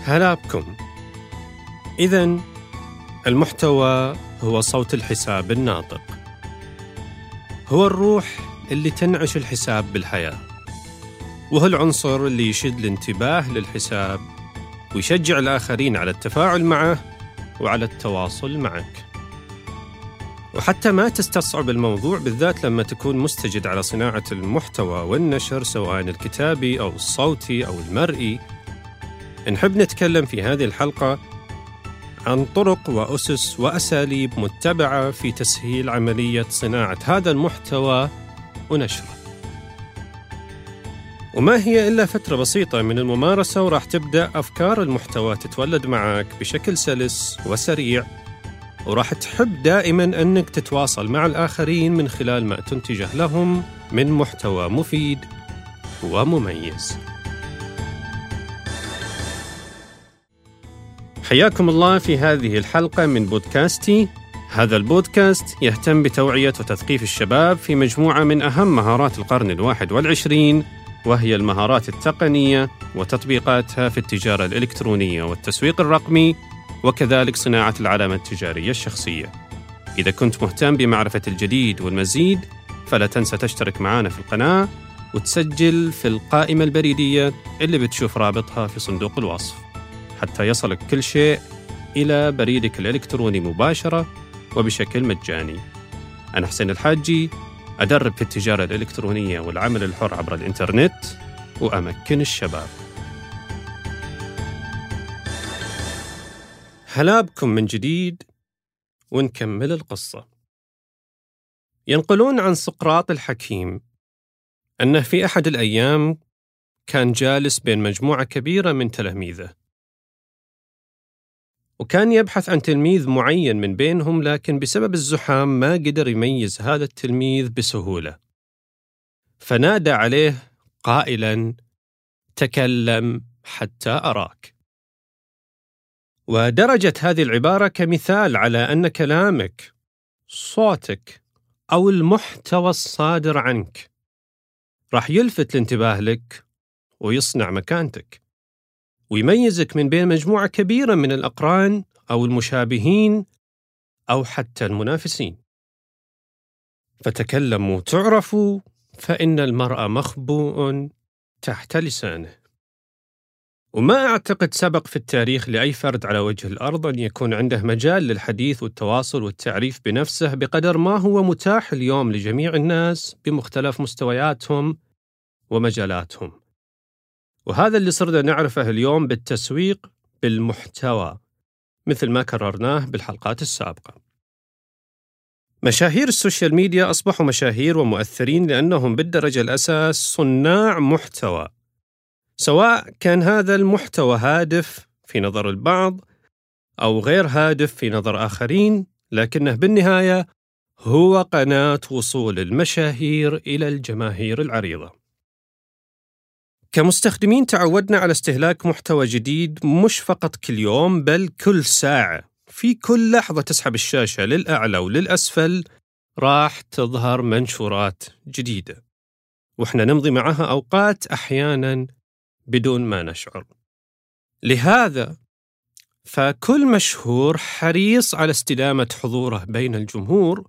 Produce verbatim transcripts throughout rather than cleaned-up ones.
هلا بكم. إذن المحتوى هو صوت الحساب الناطق، هو الروح اللي تنعش الحساب بالحياة، وهو العنصر اللي يشد الانتباه للحساب ويشجع الآخرين على التفاعل معه وعلى التواصل معك. وحتى ما تستصعب الموضوع، بالذات لما تكون مستجد على صناعة المحتوى والنشر سواء الكتابي أو الصوتي أو المرئي، نحب نتكلم في هذه الحلقة عن طرق وأسس وأساليب متبعة في تسهيل عملية صناعة هذا المحتوى ونشره. وما هي إلا فترة بسيطة من الممارسة وراح تبدأ أفكار المحتوى تتولد معك بشكل سلس وسريع، وراح تحب دائماً أنك تتواصل مع الآخرين من خلال ما تنتجه لهم من محتوى مفيد ومميز. حياكم الله في هذه الحلقة من بودكاستي. هذا البودكاست يهتم بتوعية وتثقيف الشباب في مجموعة من أهم مهارات القرن الواحد والعشرين، وهي المهارات التقنية وتطبيقاتها في التجارة الإلكترونية والتسويق الرقمي، وكذلك صناعة العلامة التجارية الشخصية. إذا كنت مهتم بمعرفة الجديد والمزيد، فلا تنسى تشترك معنا في القناة وتسجل في القائمة البريدية اللي بتشوف رابطها في صندوق الوصف، حتى يصلك كل شيء إلى بريدك الإلكتروني مباشرة وبشكل مجاني. أنا حسين الحاجي، أدرب في التجارة الإلكترونية والعمل الحر عبر الإنترنت، وأمكن الشباب. هلا بكم من جديد، ونكمل القصة. ينقلون عن سقراط الحكيم أنه في أحد الأيام كان جالس بين مجموعة كبيرة من تلاميذه، وكان يبحث عن تلميذ معين من بينهم، لكن بسبب الزحام ما قدر يميز هذا التلميذ بسهولة، فنادى عليه قائلاً: تكلم حتى أراك. ودرجت هذه العبارة كمثال على أن كلامك، صوتك، أو المحتوى الصادر عنك راح يلفت الانتباه لك ويصنع مكانتك ويميزك من بين مجموعة كبيرة من الأقران أو المشابهين أو حتى المنافسين. فتكلموا تعرفوا، فإن المرء مخبوء تحت لسانه. وما أعتقد سبق في التاريخ لأي فرد على وجه الأرض أن يكون عنده مجال للحديث والتواصل والتعريف بنفسه بقدر ما هو متاح اليوم لجميع الناس بمختلف مستوياتهم ومجالاتهم. وهذا اللي صرنا نعرفه اليوم بالتسويق بالمحتوى، مثل ما كررناه بالحلقات السابقة. مشاهير السوشيال ميديا أصبحوا مشاهير ومؤثرين لأنهم بالدرجة الأساس صناع محتوى، سواء كان هذا المحتوى هادف في نظر البعض أو غير هادف في نظر آخرين، لكنه بالنهاية هو قناة وصول المشاهير إلى الجماهير العريضة. كمستخدمين تعودنا على استهلاك محتوى جديد مش فقط كل يوم، بل كل ساعة. في كل لحظة تسحب الشاشة للأعلى وللأسفل راح تظهر منشورات جديدة، وإحنا نمضي معها أوقات أحياناً بدون ما نشعر. لهذا فكل مشهور حريص على استدامة حضوره بين الجمهور،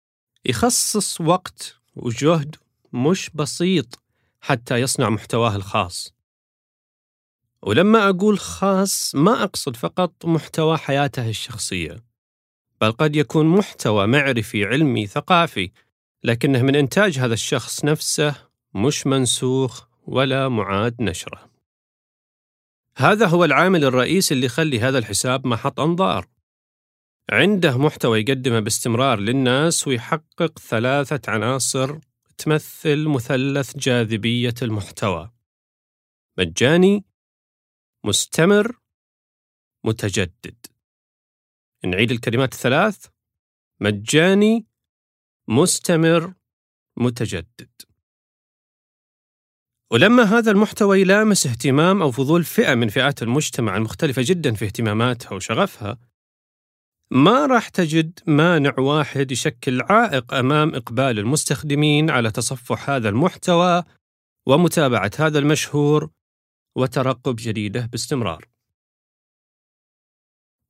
يخصص وقت وجهد مش بسيط حتى يصنع محتواه الخاص. ولما أقول خاص ما أقصد فقط محتوى حياته الشخصية، بل قد يكون محتوى معرفي علمي ثقافي، لكنه من إنتاج هذا الشخص نفسه، مش منسوخ ولا معاد نشره. هذا هو العامل الرئيسي اللي يخلي هذا الحساب محط أنظار. عنده محتوى يقدمه باستمرار للناس، ويحقق ثلاثة عناصر تمثل مثلث جاذبية المحتوى: مجاني، مستمر، متجدد. نعيد الكلمات الثلاث: مجاني، مستمر، متجدد. ولما هذا المحتوى يلامس اهتمام أو فضول فئة من فئات المجتمع المختلفة جدا في اهتماماتها وشغفها، ما راح تجد مانع واحد يشكل عائق أمام إقبال المستخدمين على تصفح هذا المحتوى ومتابعة هذا المشهور وترقب جديده باستمرار.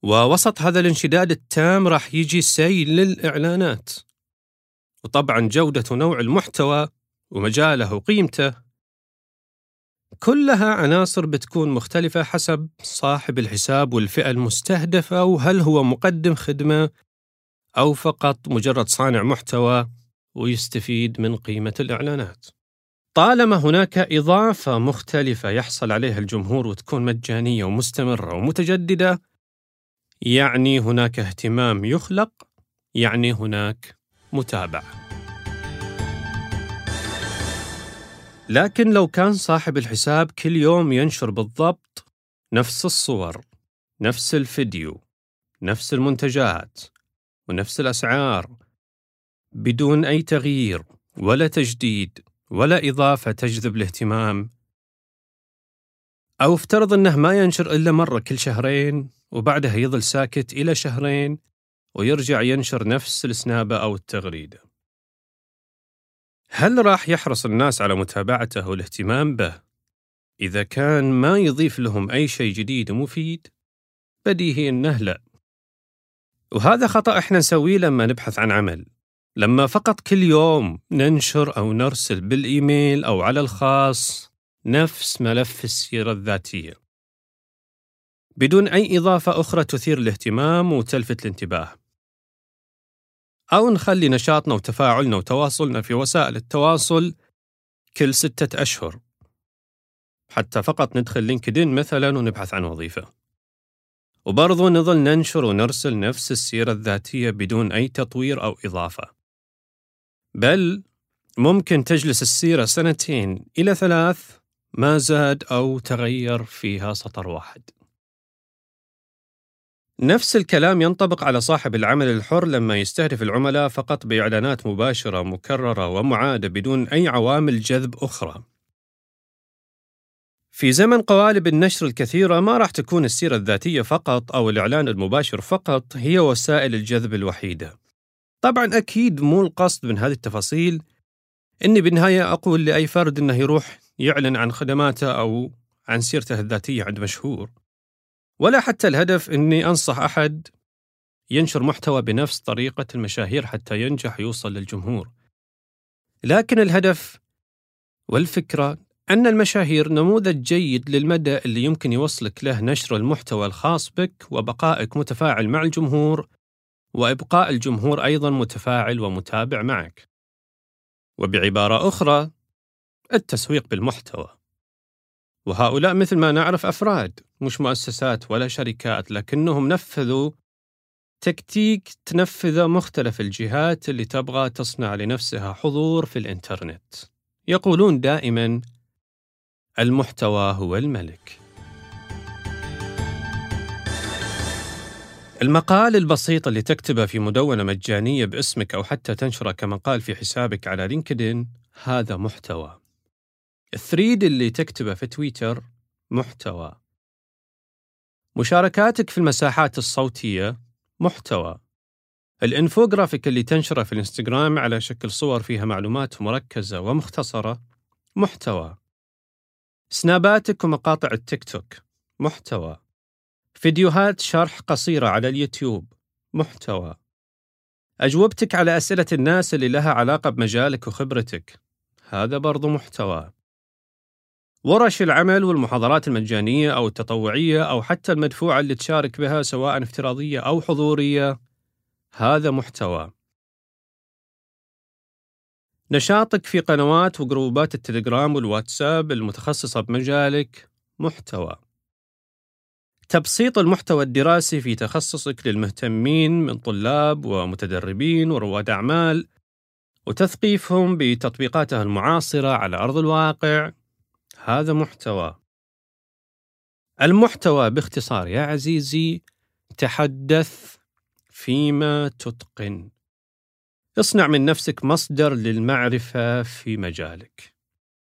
ووسط هذا الانشداد التام راح يجي سيل للإعلانات، وطبعاً جودة ونوع المحتوى ومجاله وقيمته كلها عناصر بتكون مختلفة حسب صاحب الحساب والفئة المستهدفة، وهل هو مقدم خدمة أو فقط مجرد صانع محتوى ويستفيد من قيمة الإعلانات. طالما هناك إضافة مختلفة يحصل عليها الجمهور وتكون مجانية ومستمرة ومتجددة، يعني هناك اهتمام يخلق، يعني هناك متابعة. لكن لو كان صاحب الحساب كل يوم ينشر بالضبط نفس الصور، نفس الفيديو، نفس المنتجات، ونفس الأسعار، بدون أي تغيير ولا تجديد ولا إضافة تجذب الاهتمام، أو افترض أنه ما ينشر إلا مرة كل شهرين وبعدها يظل ساكت إلى شهرين ويرجع ينشر نفس السنابة أو التغريدة، هل راح يحرص الناس على متابعته والاهتمام به إذا كان ما يضيف لهم أي شيء جديد ومفيد؟ بديهي أنه لا. وهذا خطأ إحنا نسويه لما نبحث عن عمل، لما فقط كل يوم ننشر أو نرسل بالإيميل أو على الخاص نفس ملف السيرة الذاتية بدون أي إضافة أخرى تثير الاهتمام وتلفت الانتباه، أو نخلي نشاطنا وتفاعلنا وتواصلنا في وسائل التواصل كل ستة أشهر حتى فقط ندخل لينكدين مثلا ونبحث عن وظيفة، وبرضو نظل ننشر ونرسل نفس السيرة الذاتية بدون أي تطوير أو إضافة، بل ممكن تجلس السيرة سنتين إلى ثلاث ما زاد أو تغير فيها سطر واحد. نفس الكلام ينطبق على صاحب العمل الحر لما يستهدف العملاء فقط بإعلانات مباشرة مكررة ومعادة بدون أي عوامل جذب أخرى. في زمن قوالب النشر الكثيرة ما راح تكون السيرة الذاتية فقط أو الإعلان المباشر فقط هي وسائل الجذب الوحيدة. طبعاً أكيد مو القصد من هذه التفاصيل إني بالنهاية أقول لأي فرد إنه يروح يعلن عن خدماته أو عن سيرته الذاتية عند مشهور، ولا حتى الهدف إني أنصح أحد ينشر محتوى بنفس طريقة المشاهير حتى ينجح يوصل للجمهور. لكن الهدف والفكرة أن المشاهير نموذج جيد للمدى اللي يمكن يوصلك له نشر المحتوى الخاص بك وبقائك متفاعل مع الجمهور، وإبقاء الجمهور أيضاً متفاعل ومتابع معك. وبعبارة أخرى، التسويق بالمحتوى. وهؤلاء مثل ما نعرف أفراد مش مؤسسات ولا شركات، لكنهم نفذوا تكتيك تنفذه مختلف الجهات اللي تبغى تصنع لنفسها حضور في الإنترنت. يقولون دائماً المحتوى هو الملك. المقال البسيط اللي تكتبه في مدونة مجانية باسمك أو حتى تنشره كمقال في حسابك على لينكدين هذا محتوى. الثريد اللي تكتبه في تويتر محتوى. مشاركاتك في المساحات الصوتية محتوى. الانفوغرافيك اللي تنشره في الانستغرام على شكل صور فيها معلومات مركزة ومختصرة محتوى. سناباتك ومقاطع التيك توك محتوى. فيديوهات شرح قصيرة على اليوتيوب محتوى. أجوبتك على أسئلة الناس اللي لها علاقة بمجالك وخبرتك هذا برضو محتوى. ورش العمل والمحاضرات المجانية أو التطوعية أو حتى المدفوعة اللي تشارك بها سواء افتراضية أو حضورية هذا محتوى. نشاطك في قنوات وجروبات التليجرام والواتساب المتخصصة بمجالك محتوى. تبسيط المحتوى الدراسي في تخصصك للمهتمين من طلاب ومتدربين ورواد أعمال وتثقيفهم بتطبيقاتها المعاصرة على أرض الواقع هذا محتوى. المحتوى باختصار يا عزيزي تحدث فيما تتقن. اصنع من نفسك مصدر للمعرفة في مجالك.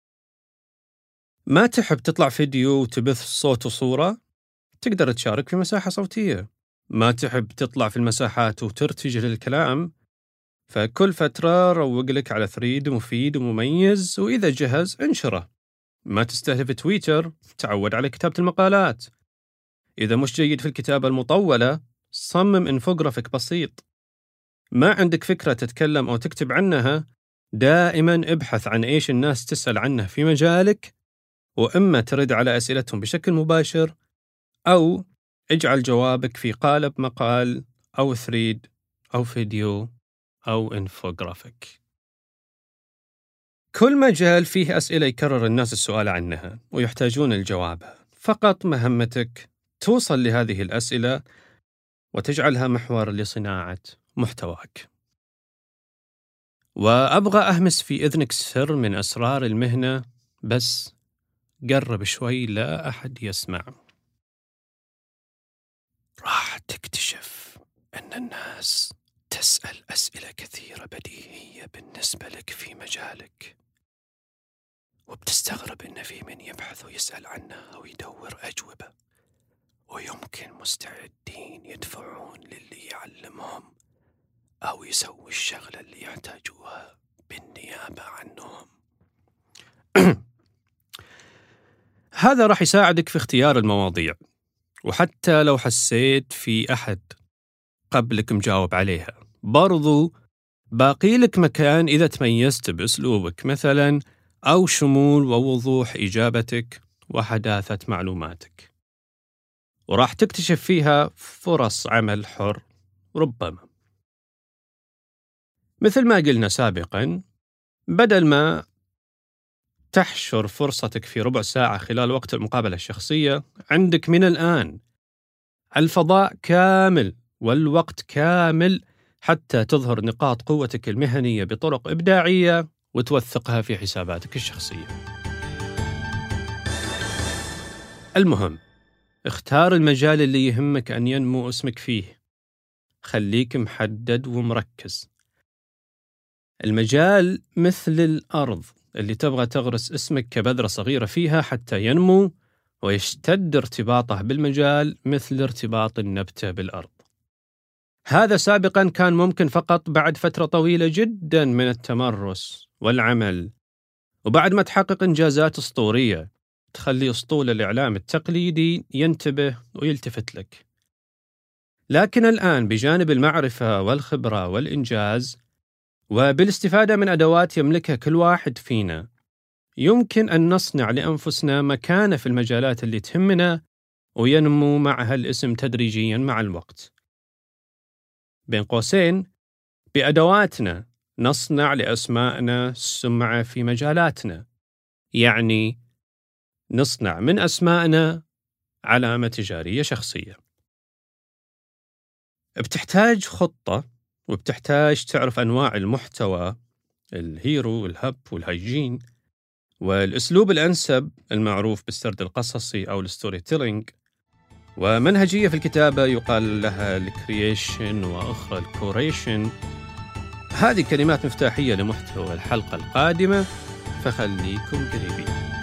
ما تحب تطلع فيديو وتبث صوت وصورة؟ تقدر تشارك في مساحة صوتية. ما تحب تطلع في المساحات وترتجل الكلام؟ فكل فترة روق لك على ثريد مفيد ومميز وإذا جهز انشره. ما تستهدف تويتر؟ تعود على كتابة المقالات. إذا مش جيد في الكتابة المطولة، صمم إنفوجرافيك بسيط. ما عندك فكرة تتكلم أو تكتب عنها، دائما ابحث عن إيش الناس تسأل عنه في مجالك، وإما ترد على أسئلتهم بشكل مباشر، أو اجعل جوابك في قالب مقال أو ثريد أو فيديو أو إنفوجرافيك. كل مجال فيه أسئلة يكرر الناس السؤال عنها ويحتاجون الجواب. فقط مهمتك توصل لهذه الأسئلة وتجعلها محور لصناعة محتواك. وأبغى أهمس في إذنك سر من أسرار المهنة، بس قرب شوي لا أحد يسمع. راح تكتشف أن الناس تسأل أسئلة كثيرة بديهية بالنسبة لك في مجالك، وبتستغرب أن في من يبحث ويسأل عنها ويدور أجوبة، ويمكن مستعدين يدفعون للي يعلمهم أو يسوي الشغلة اللي يحتاجوها بالنيابة عنهم. هذا راح يساعدك في اختيار المواضيع، وحتى لو حسيت في أحد قبلك مجاوب عليها، برضو باقي لك مكان إذا تميزت بأسلوبك مثلا، أو شمول ووضوح إجابتك وحداثة معلوماتك، وراح تكتشف فيها فرص عمل حر. ربما مثل ما قلنا سابقا، بدل ما تحشر فرصتك في ربع ساعة خلال وقت المقابلة الشخصية، عندك من الآن الفضاء كامل والوقت كامل حتى تظهر نقاط قوتك المهنية بطرق إبداعية وتوثقها في حساباتك الشخصية. المهم، اختار المجال اللي يهمك أن ينمو اسمك فيه. خليك محدد ومركز. المجال مثل الأرض اللي تبغى تغرس اسمك كبذرة صغيرة فيها حتى ينمو ويشتد ارتباطه بالمجال مثل ارتباط النبتة بالأرض. هذا سابقا كان ممكن فقط بعد فترة طويلة جدا من التمرس والعمل، وبعد ما تحقق إنجازات أسطورية تخلي أسطول الإعلام التقليدي ينتبه ويلتفت لك. لكن الآن بجانب المعرفة والخبرة والإنجاز، وبالاستفادة من أدوات يملكها كل واحد فينا، يمكن أن نصنع لأنفسنا مكانة في المجالات اللي تهمنا وينمو معها الاسم تدريجيا مع الوقت. بين قوسين، بأدواتنا نصنع لأسمائنا سمعة في مجالاتنا، يعني نصنع من أسمائنا علامة تجارية شخصية. بتحتاج خطة، وبتحتاج تعرف أنواع المحتوى، الهيرو والهب والهايجين، والأسلوب الأنسب المعروف بالسرد القصصي أو الستوري تيلينج، ومنهجية في الكتابة يقال لها الكرييشن وأخرى الكوريشن. هذه كلمات مفتاحية لمحتوى الحلقة القادمة، فخليكم قريبين.